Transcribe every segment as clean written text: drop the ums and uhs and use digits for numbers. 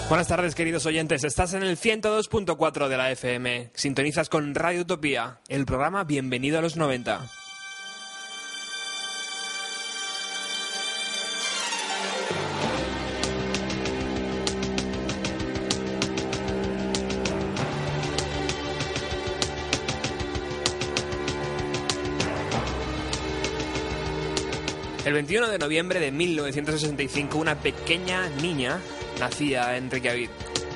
Buenas tardes, queridos oyentes. Estás en el 102.4 de la FM. Sintonizas con Radio Utopía, el programa Bienvenido a los 90. El 21 de noviembre de 1965, una pequeña niña nacía en Reykjavik.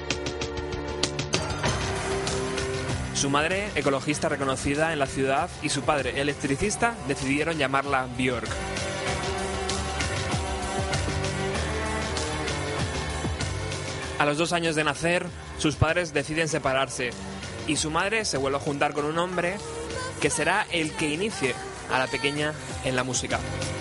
Su madre, ecologista reconocida en la ciudad, y su padre, electricista, decidieron llamarla Björk. A los 2 años de nacer, sus padres deciden separarse y su madre se vuelve a juntar con un hombre que será el que inicie a la pequeña en la música.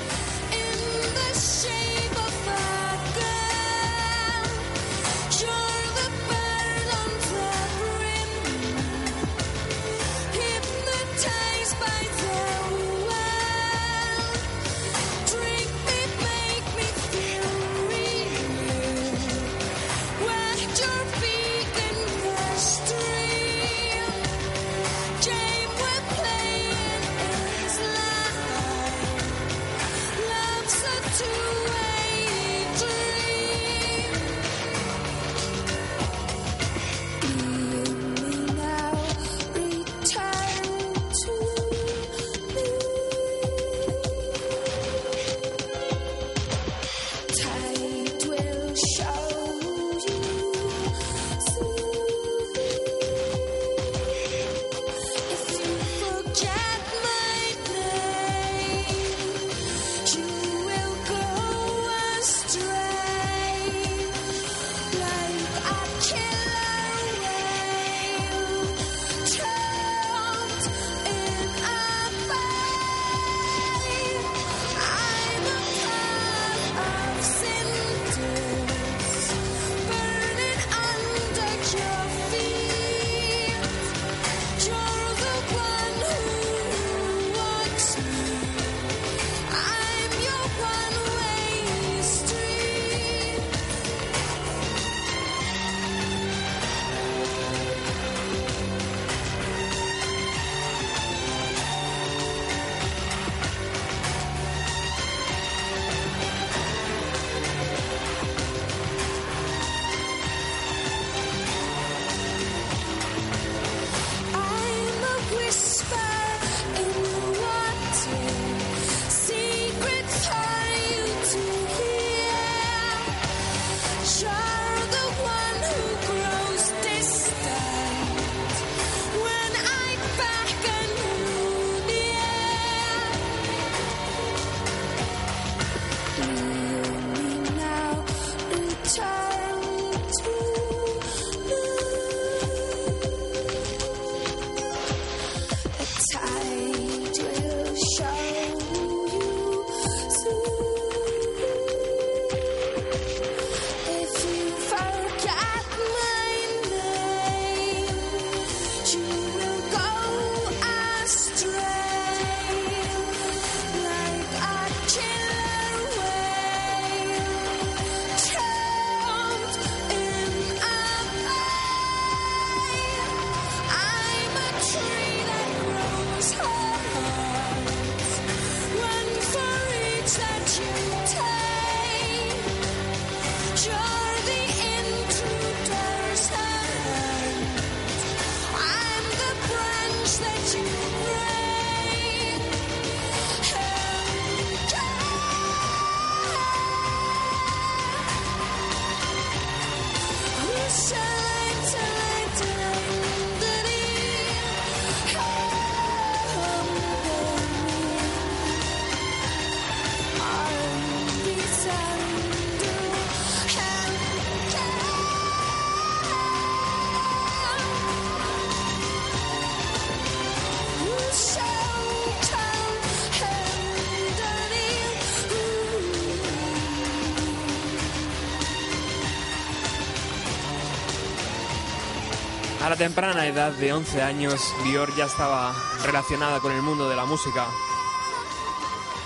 A la temprana edad de 11 años, Björk ya estaba relacionada con el mundo de la música.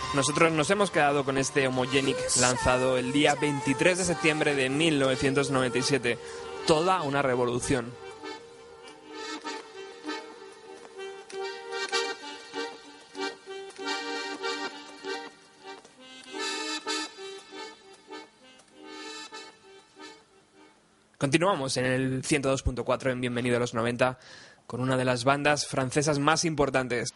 Nosotros nos hemos quedado con este Homogenic lanzado el día 23 de septiembre de 1997. Toda una revolución. Continuamos en el 102.4 en Bienvenido a los 90 con una de las bandas francesas más importantes.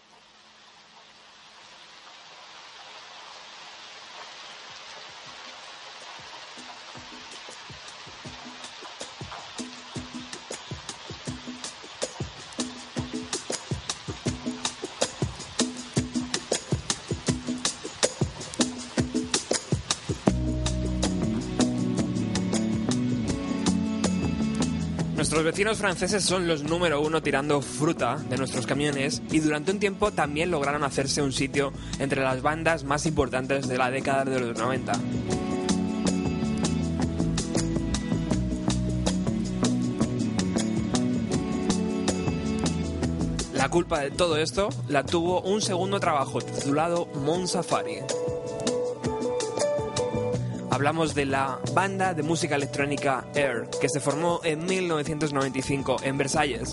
Nuestros vecinos franceses son los número uno tirando fruta de nuestros camiones y durante un tiempo también lograron hacerse un sitio entre las bandas más importantes de la década de los 90. La culpa de todo esto la tuvo un segundo trabajo titulado Mon Safari. Hablamos de la banda de música electrónica Air, que se formó en 1995 en Versalles.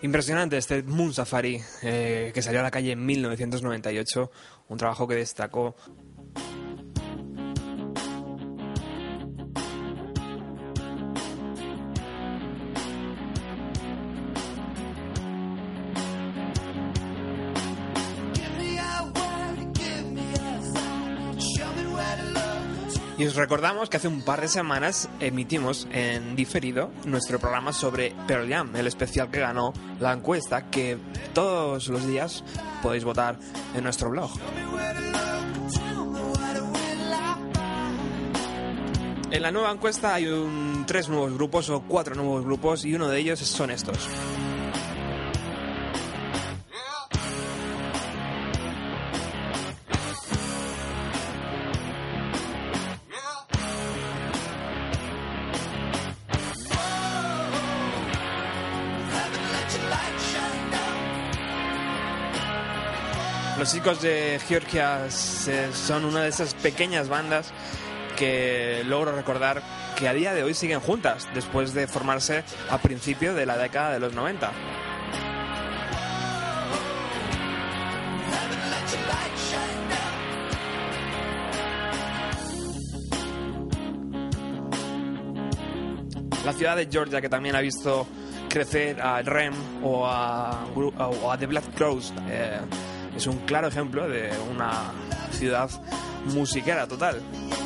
Impresionante este Moon Safari, que salió a la calle en 1998, un trabajo que destacó. Y os recordamos que hace un par de semanas emitimos en diferido nuestro programa sobre Pearl Jam, el especial que ganó la encuesta, que todos los días podéis votar en nuestro blog. En la nueva encuesta hay 3 nuevos grupos o 4 nuevos grupos y uno de ellos son estos. Los chicos de Georgia son una de esas pequeñas bandas que logro recordar que a día de hoy siguen juntas después de formarse a principios de la década de los 90. La ciudad de Georgia, que también ha visto crecer a REM o a The Black Crowes, es un claro ejemplo de una ciudad musiquera total.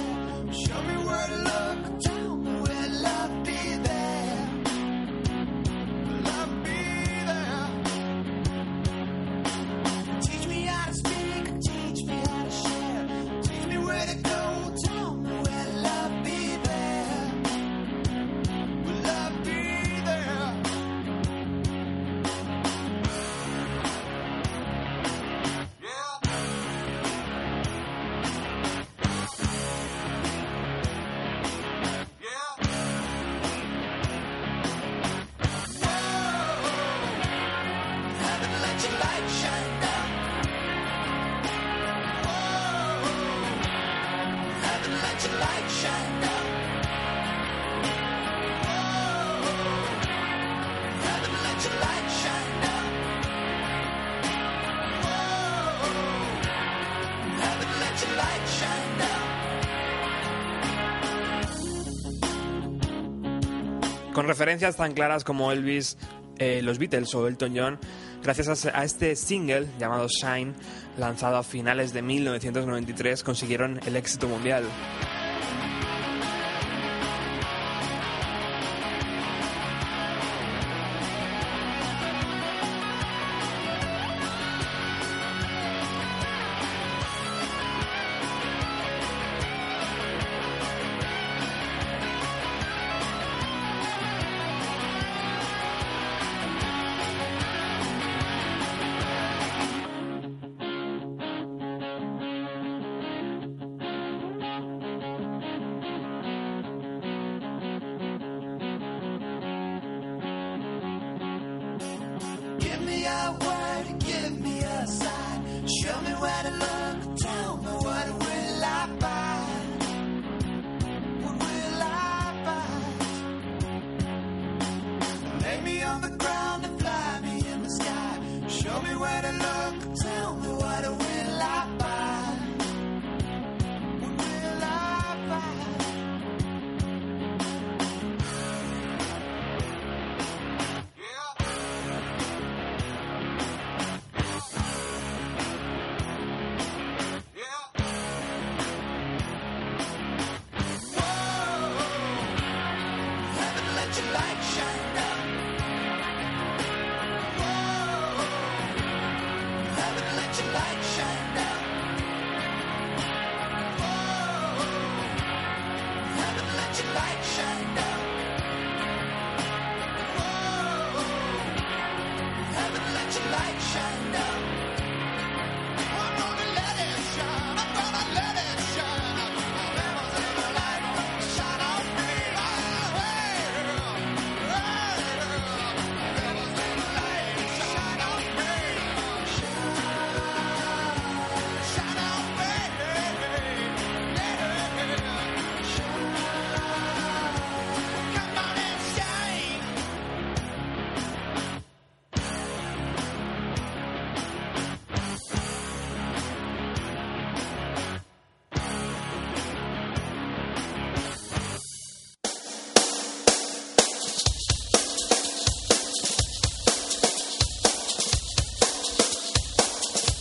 Con referencias tan claras como Elvis, los Beatles o Elton John, gracias a este single llamado Shine, lanzado a finales de 1993, consiguieron el éxito mundial.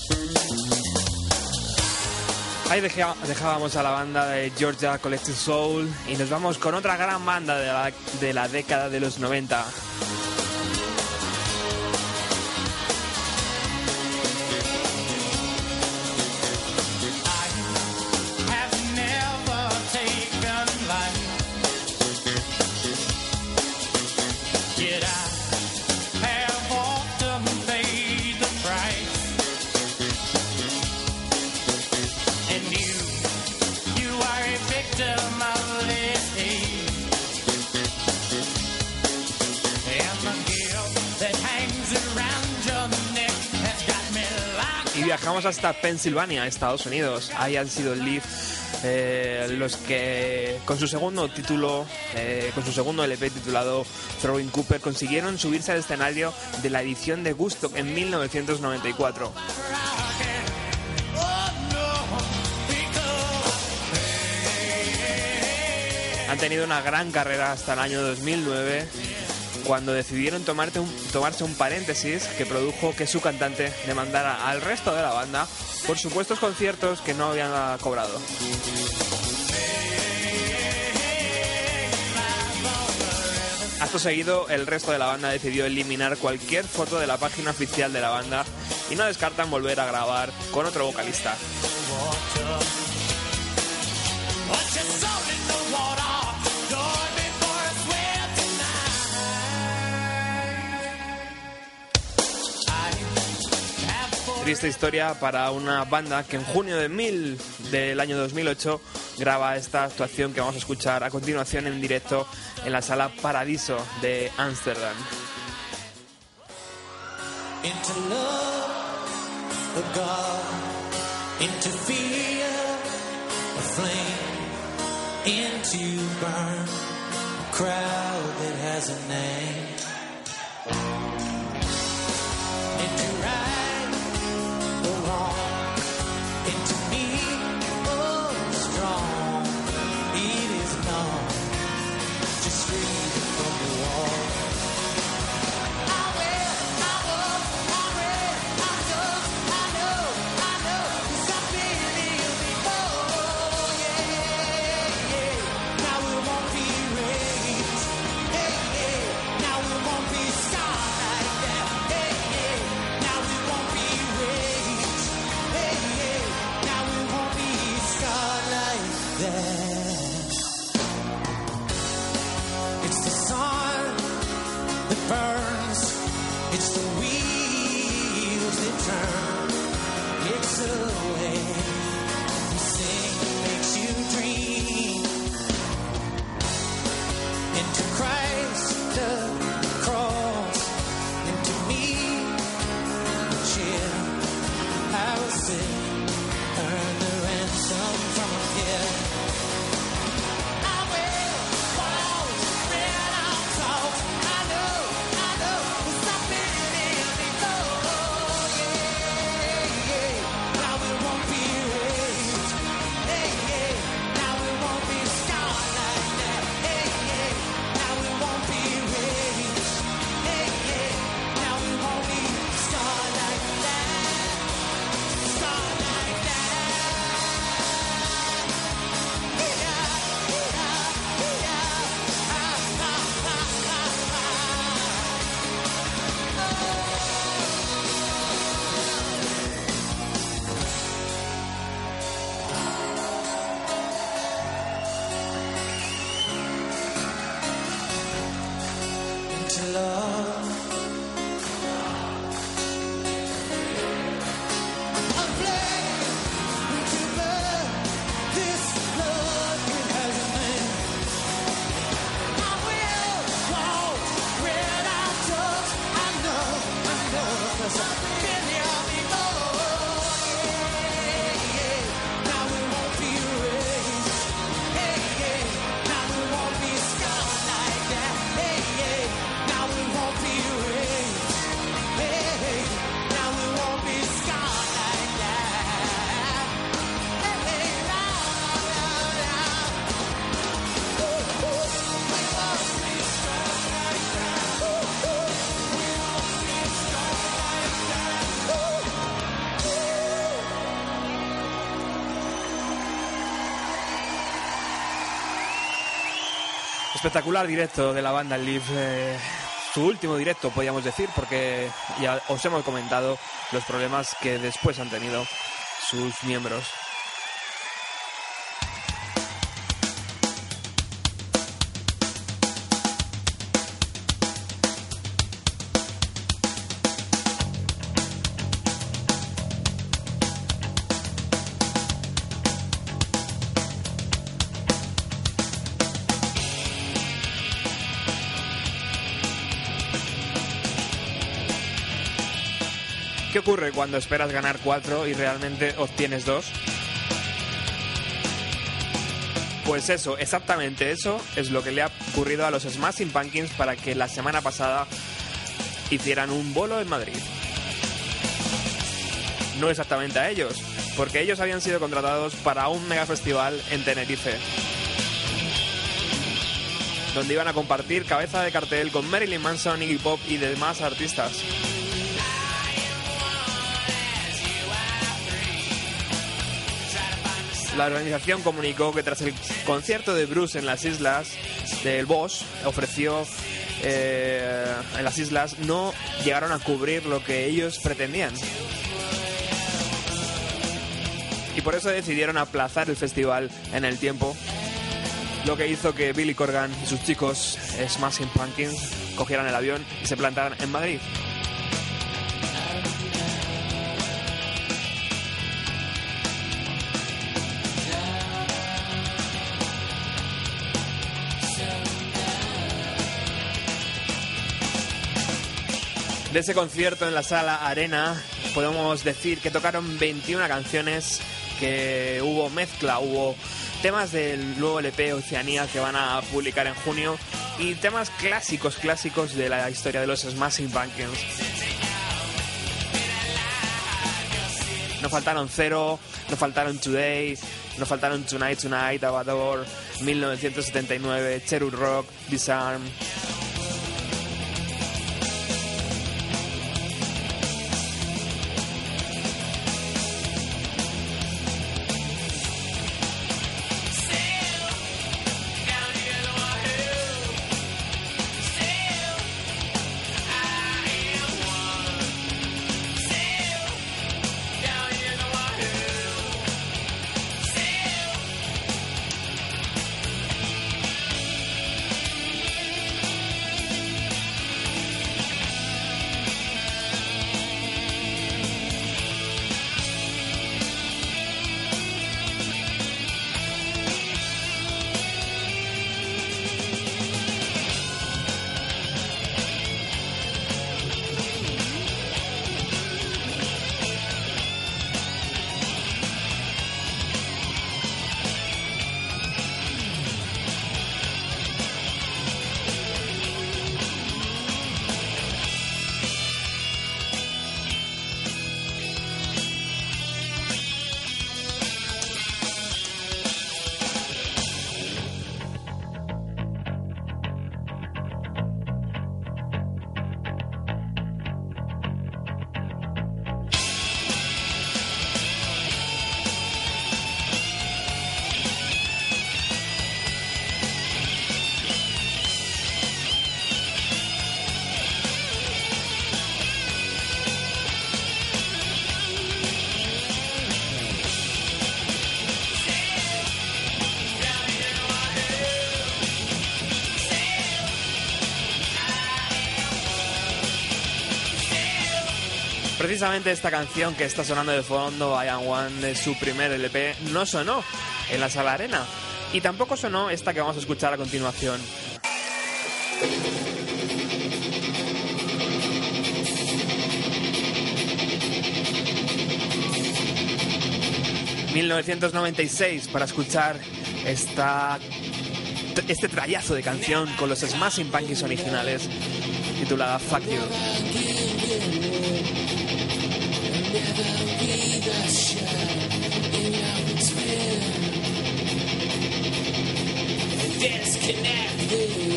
Ahí dejábamos a la banda de Georgia Collective Soul y nos vamos con otra gran banda de la década de los 90. Viajamos hasta Pensilvania, Estados Unidos. Ahí han sido Live los que con su segundo título, con su segundo LP titulado Throwing Cooper, consiguieron subirse al escenario de la edición de Woodstock en 1994. Han tenido una gran carrera hasta el año 2009, cuando decidieron tomarse un paréntesis que produjo que su cantante demandara al resto de la banda por supuestos conciertos que no habían cobrado. Acto seguido, el resto de la banda decidió eliminar cualquier foto de la página oficial de la banda y no descartan volver a grabar con otro vocalista. Triste historia para una banda que en junio del año 2008 graba esta actuación que vamos a escuchar a continuación en directo en la sala Paradiso de Ámsterdam. Into love of God, into fear of flame, into burn, a crowd that has a name. Espectacular directo de la banda Live, su último directo podríamos decir, porque ya os hemos comentado los problemas que después han tenido sus miembros. ¿Qué ocurre cuando esperas ganar 4 y realmente obtienes 2? Pues eso, exactamente eso es lo que le ha ocurrido a los Smashing Pumpkins para que la semana pasada hicieran un bolo en Madrid. No exactamente a ellos, porque ellos habían sido contratados para un mega festival en Tenerife, donde iban a compartir cabeza de cartel con Marilyn Manson, Iggy Pop y demás artistas. La organización comunicó que tras el concierto de Bruce en las islas del Bosch ofreció en las islas, no llegaron a cubrir lo que ellos pretendían. Y por eso decidieron aplazar el festival en el tiempo, lo que hizo que Billy Corgan y sus chicos Smashing Pumpkins cogieran el avión y se plantaran en Madrid. De ese concierto en la Sala Arena podemos decir que tocaron 21 canciones, que hubo mezcla, hubo temas del nuevo LP Oceanía que van a publicar en junio y temas clásicos de la historia de los Smashing Pumpkins. No faltaron Zero, no faltaron Today, no faltaron Tonight, Abador, 1979, Cherub Rock, Disarm. Precisamente esta canción que está sonando de fondo, I Am One, de su primer LP, no sonó en la Sala Arena. Y tampoco sonó esta que vamos a escuchar a continuación. ...1996 para escuchar este trayazo de canción con los Smashing Pumpkins originales, titulada Fuck You. Disconnect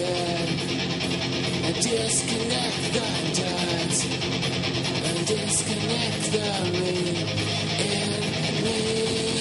the dots, disconnect the ring and ring.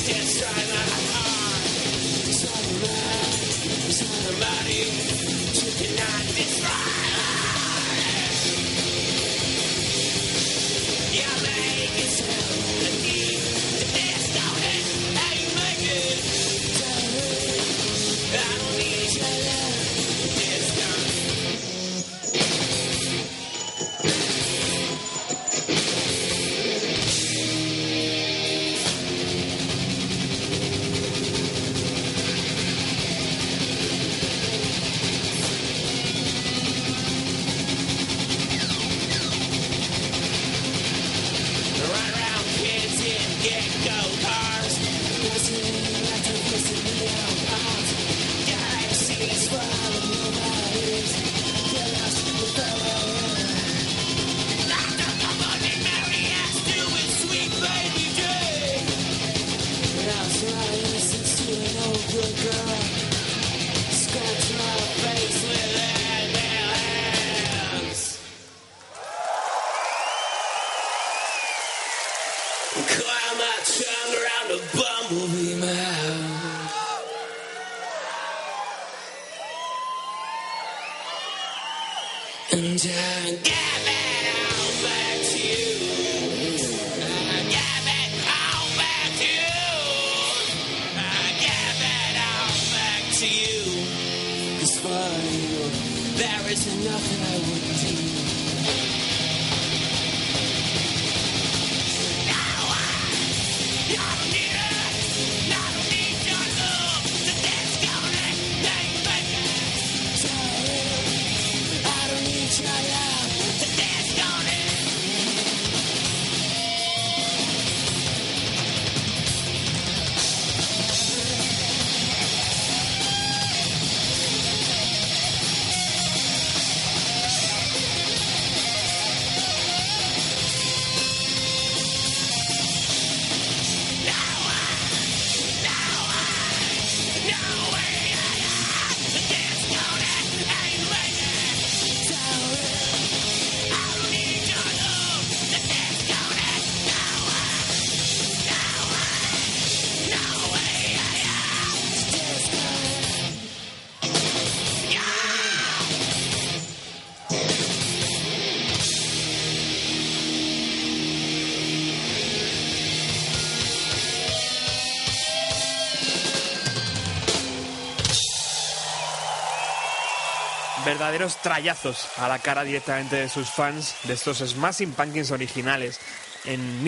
Verdaderos trallazos a la cara directamente de sus fans de estos Smashing Pumpkins originales en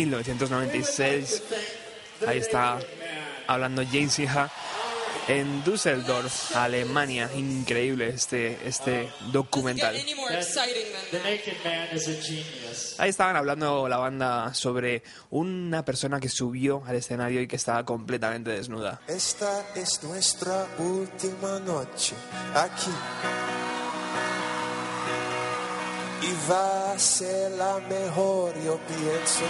1996. Ahí está hablando James Iha en Düsseldorf, Alemania. Increíble este documental. Ahí estaban hablando la banda sobre una persona que subió al escenario y que estaba completamente desnuda. Esta es nuestra última noche aquí. Y va a ser la mejor, yo pienso.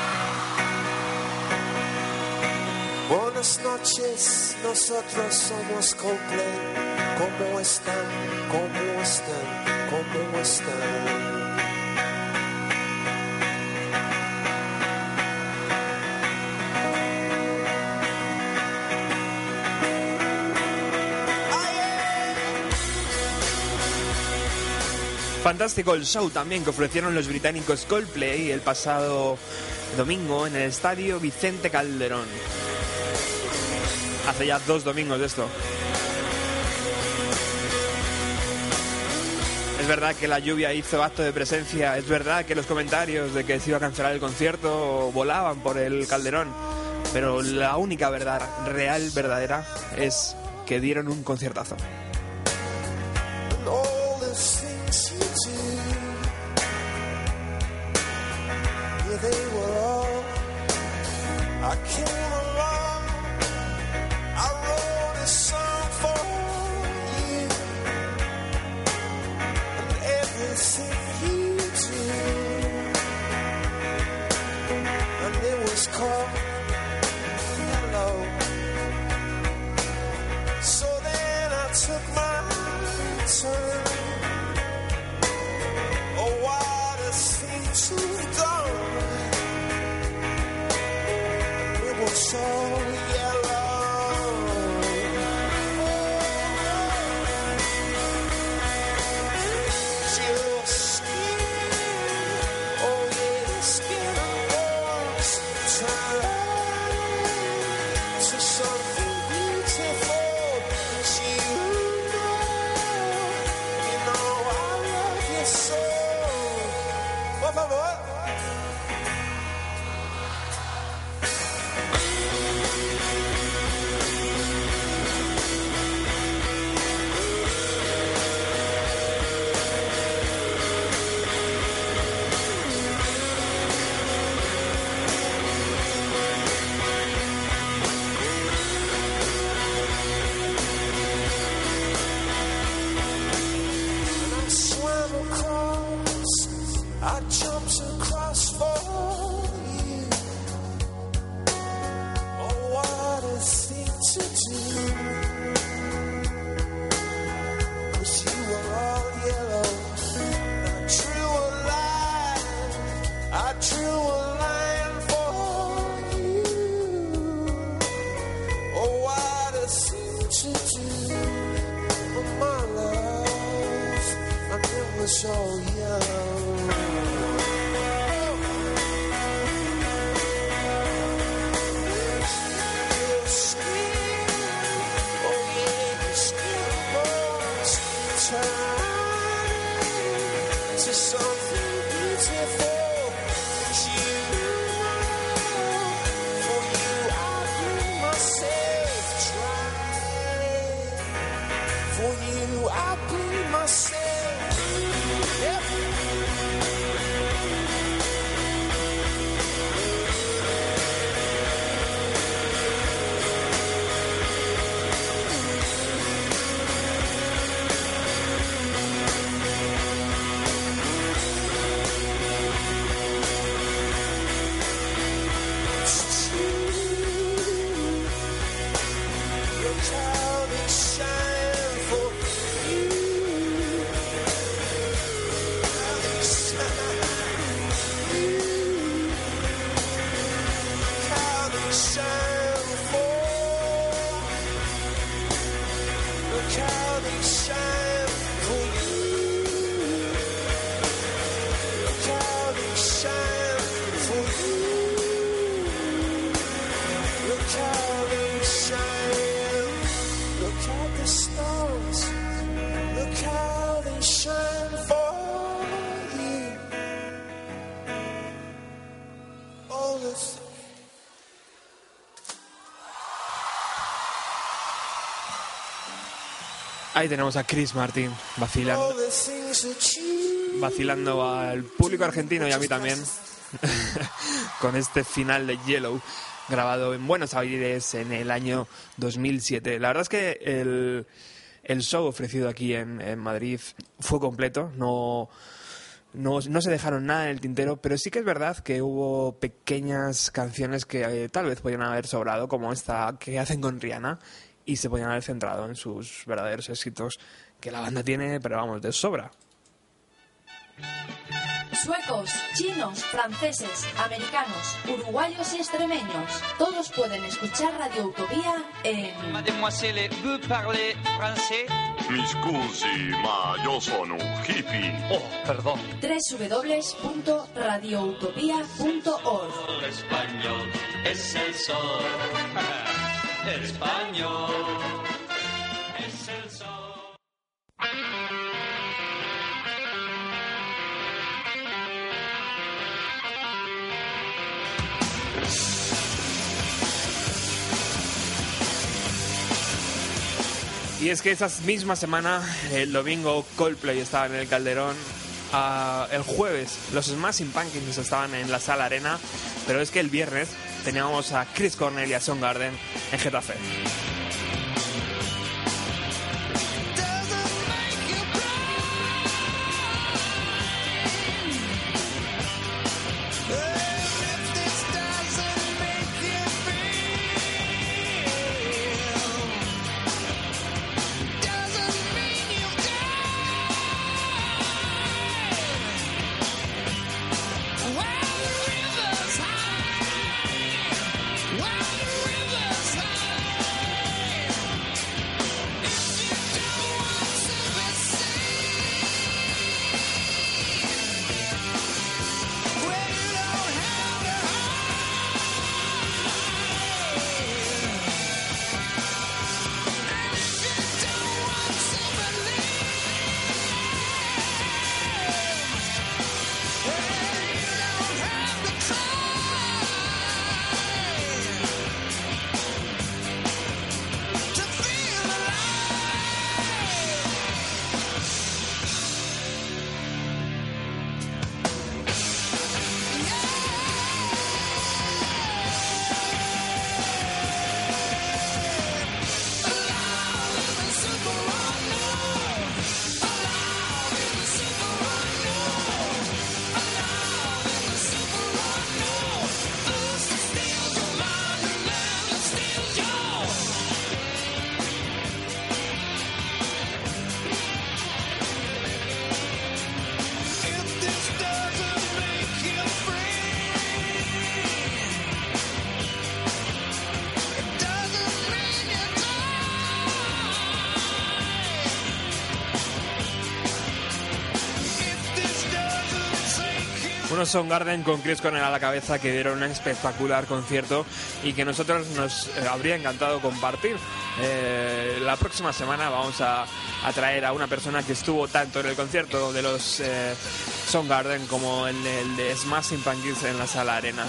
Buenas noches, nosotros somos Coldplay. ¿Cómo están? ¿Cómo están? ¿Cómo están? Fantástico el show también que ofrecieron los británicos Coldplay el pasado domingo en el estadio Vicente Calderón. Hace ya 2 domingos de esto. Es verdad que la lluvia hizo acto de presencia, es verdad que los comentarios de que se iba a cancelar el concierto volaban por el Calderón, pero la única verdad real, verdadera, es que dieron un conciertazo. So yeah. my soul. Por favor. I jumped across for you. Oh, what a thing to do. 'Cause you were all yellow. I drew a line for you. Oh, what a thing to do. Oh, my love, I never saw you. To something beautiful, for you I bleed myself dry. For you I bleed myself. Yep. Ahí tenemos a Chris Martin vacilando al público argentino y a mí también con este final de Yellow, grabado en Buenos Aires en el año 2007. La verdad es que el show ofrecido aquí en Madrid fue completo, no se dejaron nada en el tintero, pero sí que es verdad que hubo pequeñas canciones que tal vez podían haber sobrado, como esta que hacen con Rihanna, y se podían haber centrado en sus verdaderos éxitos que la banda tiene, pero vamos, de sobra. Suecos, chinos, franceses, americanos, uruguayos y extremeños, todos pueden escuchar Radio Utopía en... Mademoiselle, vous parlez français? Mi scusi, ma yo sono hippie. Oh, perdón. www.radioutopia.org. Español es el sol. Español es el sol. Y es que esa misma semana, el domingo, Coldplay estaba en el Calderón. El jueves, los Smashing Pumpkins estaban en la Sala Arena. Pero es que el viernes teníamos a Chris Cornell y a Soundgarden en Getafe. Unos Soundgarden con Chris Cornell a la cabeza que dieron un espectacular concierto y que nosotros nos habría encantado compartir. La próxima semana vamos a traer a una persona que estuvo tanto en el concierto de los Soundgarden como en el de Smashing Pumpkins en la Sala Arena.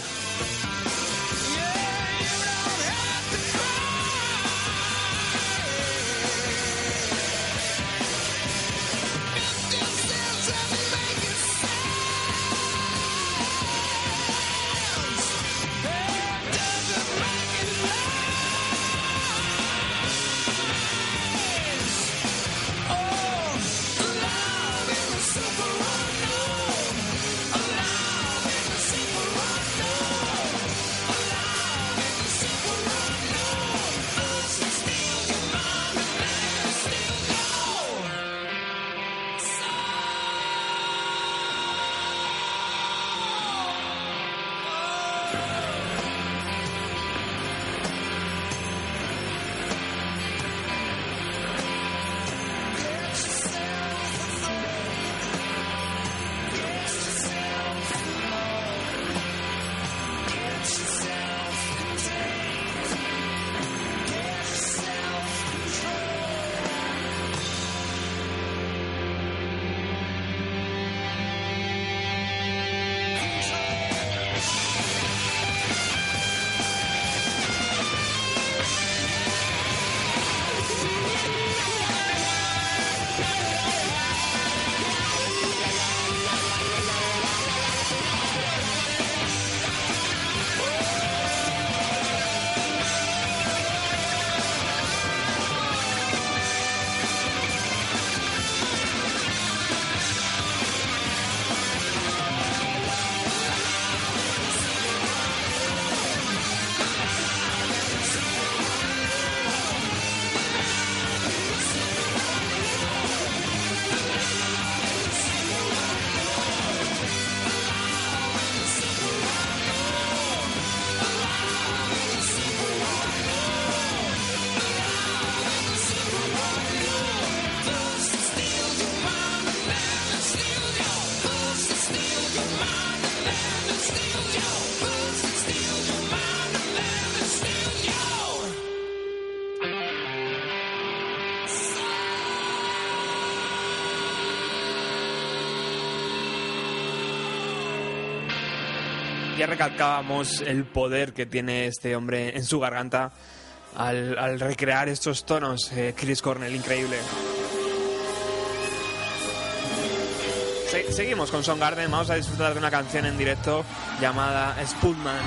Ya recalcábamos el poder que tiene este hombre en su garganta al recrear estos tonos. Chris Cornell, increíble. Seguimos con Soundgarden. Vamos a disfrutar de una canción en directo llamada Spoonman.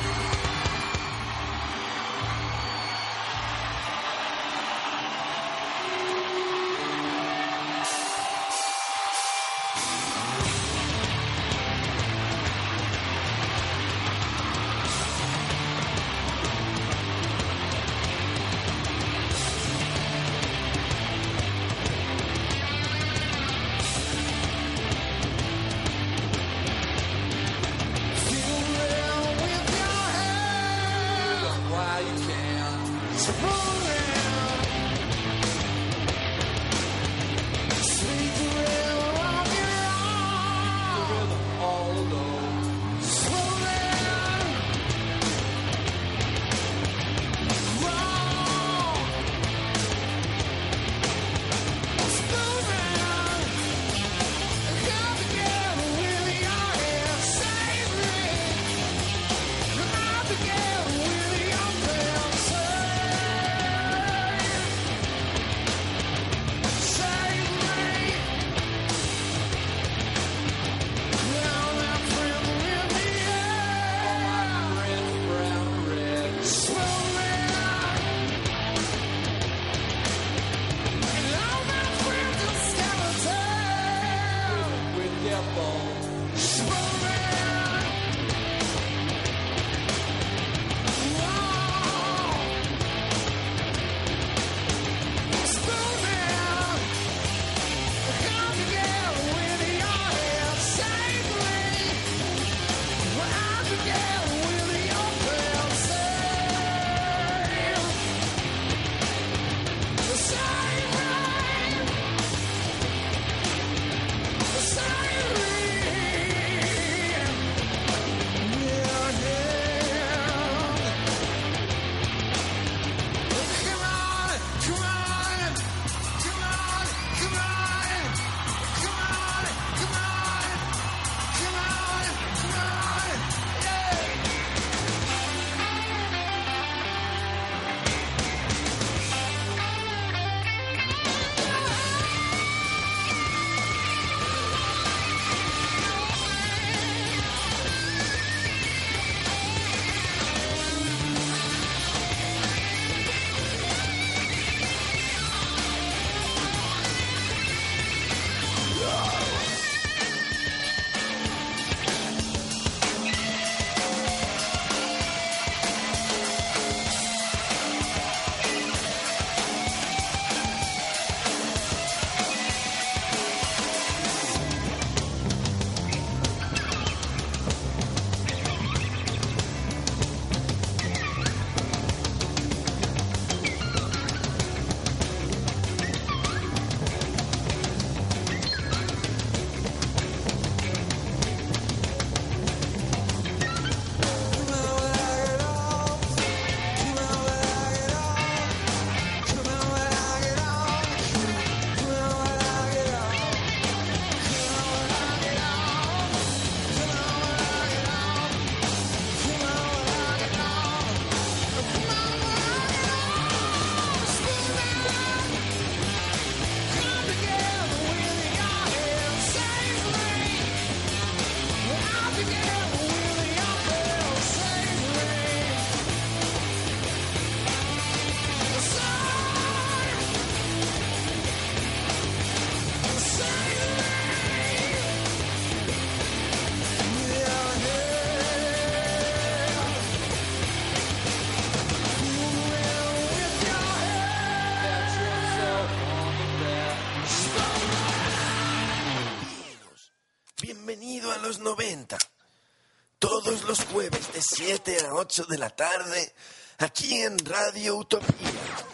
Bienvenido a los 90. Todos los jueves de 7 a 8 de la tarde, aquí en Radio Utopía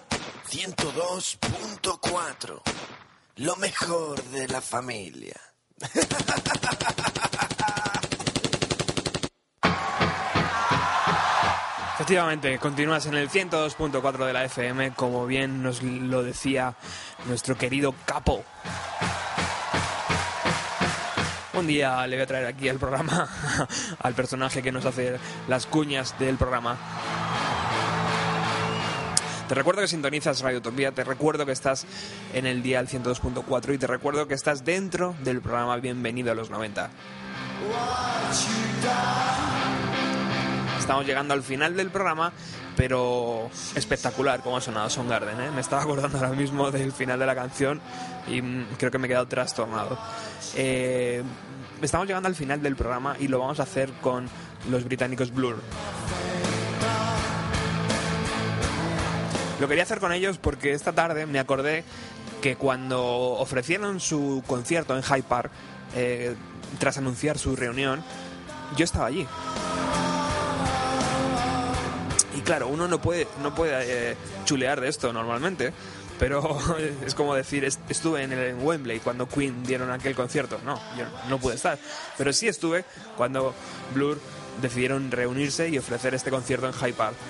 102.4. Lo mejor de la familia. Efectivamente, continúas en el 102.4 de la FM, como bien nos lo decía nuestro querido Capo. Un día le voy a traer aquí al programa al personaje que nos hace las cuñas del programa. Te recuerdo que sintonizas Radio Utopía, te recuerdo que estás en el dial 102.4 y te recuerdo que estás dentro del programa Bienvenido a los 90. Estamos llegando al final del programa, pero espectacular como ha sonado Soundgarden, ¿eh? Me estaba acordando ahora mismo del final de la canción y creo que me he quedado trastornado. Estamos llegando al final del programa y lo vamos a hacer con los británicos Blur. Lo quería hacer con ellos porque esta tarde me acordé que cuando ofrecieron su concierto en Hyde Park, tras anunciar su reunión, yo estaba allí. Y claro, uno no puede chulear de esto normalmente, pero es como decir, estuve en Wembley cuando Queen dieron aquel concierto. No, yo no pude estar, pero sí estuve cuando Blur decidieron reunirse y ofrecer este concierto en Hyde Park.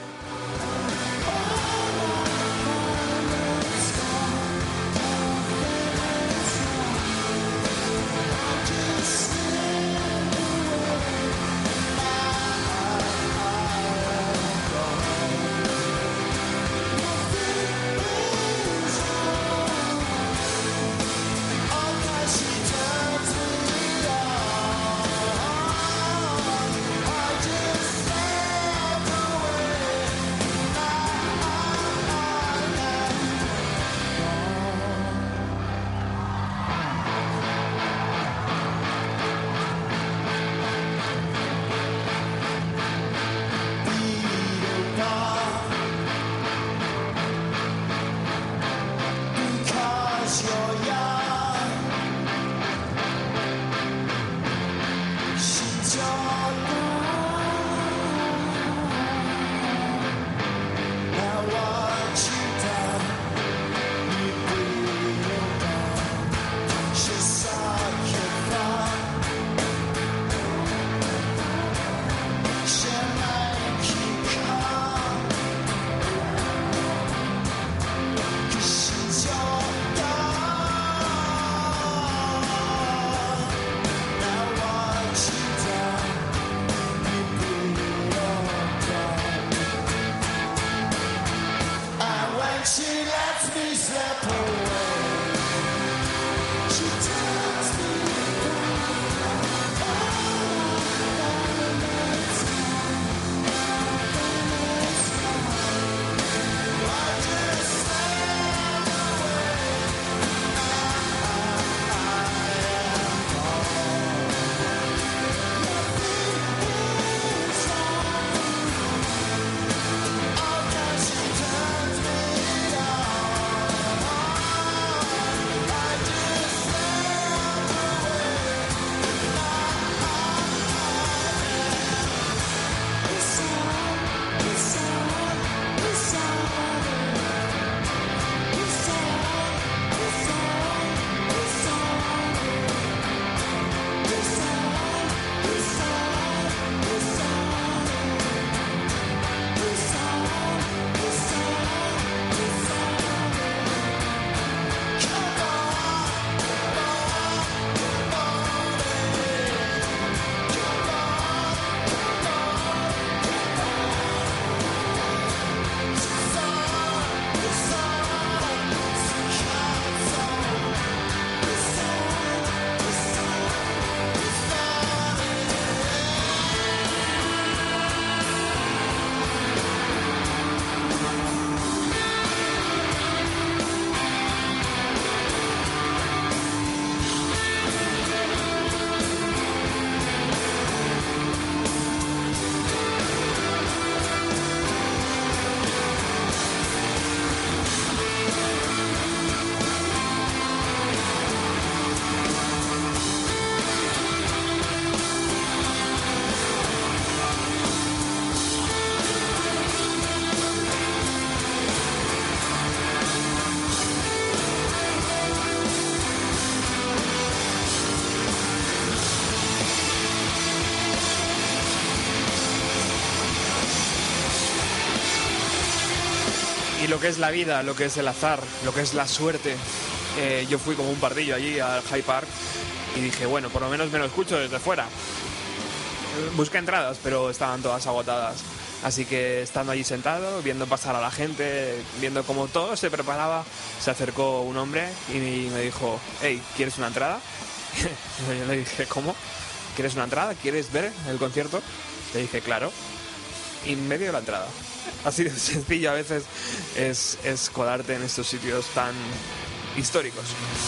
lo que es la vida, lo que es el azar, lo que es la suerte. Yo fui como un pardillo allí al Hyde Park y dije, bueno, por lo menos me lo escucho desde fuera. Busqué entradas, pero estaban todas agotadas. Así que estando allí sentado, viendo pasar a la gente, viendo cómo todo se preparaba, se acercó un hombre y me dijo, hey, ¿quieres una entrada? Yo le dije, ¿cómo? ¿Quieres una entrada? ¿Quieres ver el concierto? Le dije, claro. Y me dio la entrada. Así de sencillo a veces es colarte en estos sitios tan históricos.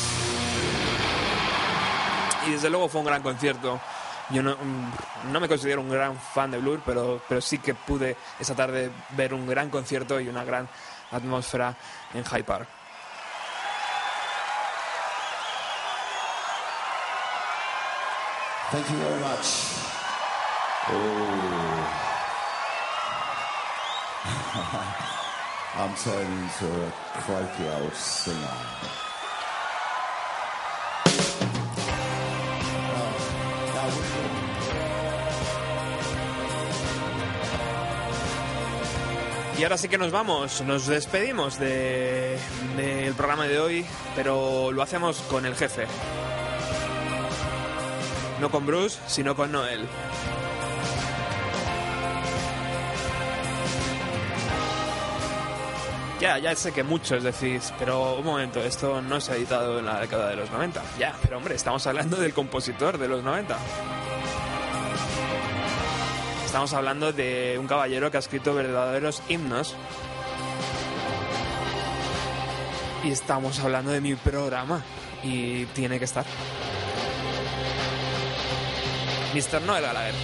Y desde luego fue un gran concierto. Yo no me considero un gran fan de Blur, pero sí que pude esa tarde ver un gran concierto y una gran atmósfera en Hyde Park. Thank you very much. Oh. I'm turning into a croaky old singer. Y ahora sí que nos vamos, nos despedimos del programa de hoy, pero lo hacemos con el jefe. No con Bruce, sino con Noel. Ya sé que muchos decís, pero un momento, esto no se ha editado en la década de los 90. Ya, pero hombre, estamos hablando del compositor de los 90. Estamos hablando de un caballero que ha escrito verdaderos himnos. Y estamos hablando de mi programa. Y tiene que estar. Mr. Noel Gallagher.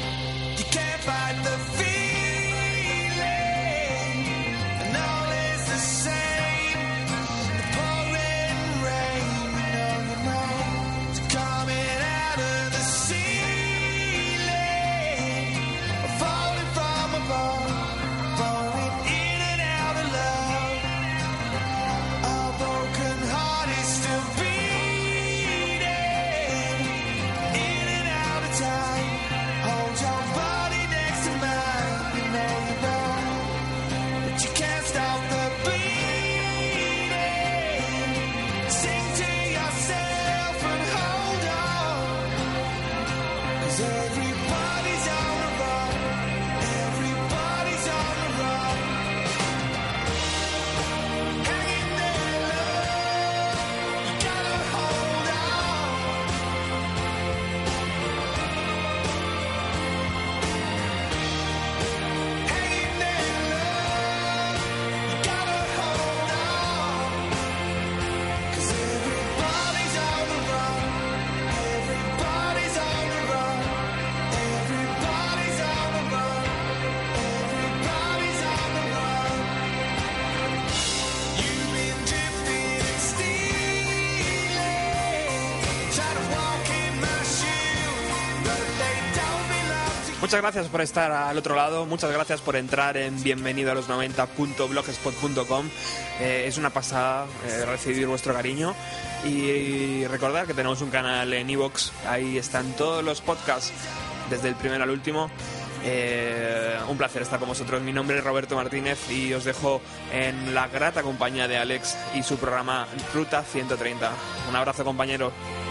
Muchas gracias por estar al otro lado, muchas gracias por entrar en bienvenidoalos90.blogspot.com. Es una pasada recibir vuestro cariño y recordad que tenemos un canal en iVoox, ahí están todos los podcasts desde el primero al último. Un placer estar con vosotros. Mi nombre es Roberto Martínez y os dejo en la grata compañía de Alex y su programa Ruta 130. Un abrazo, compañero.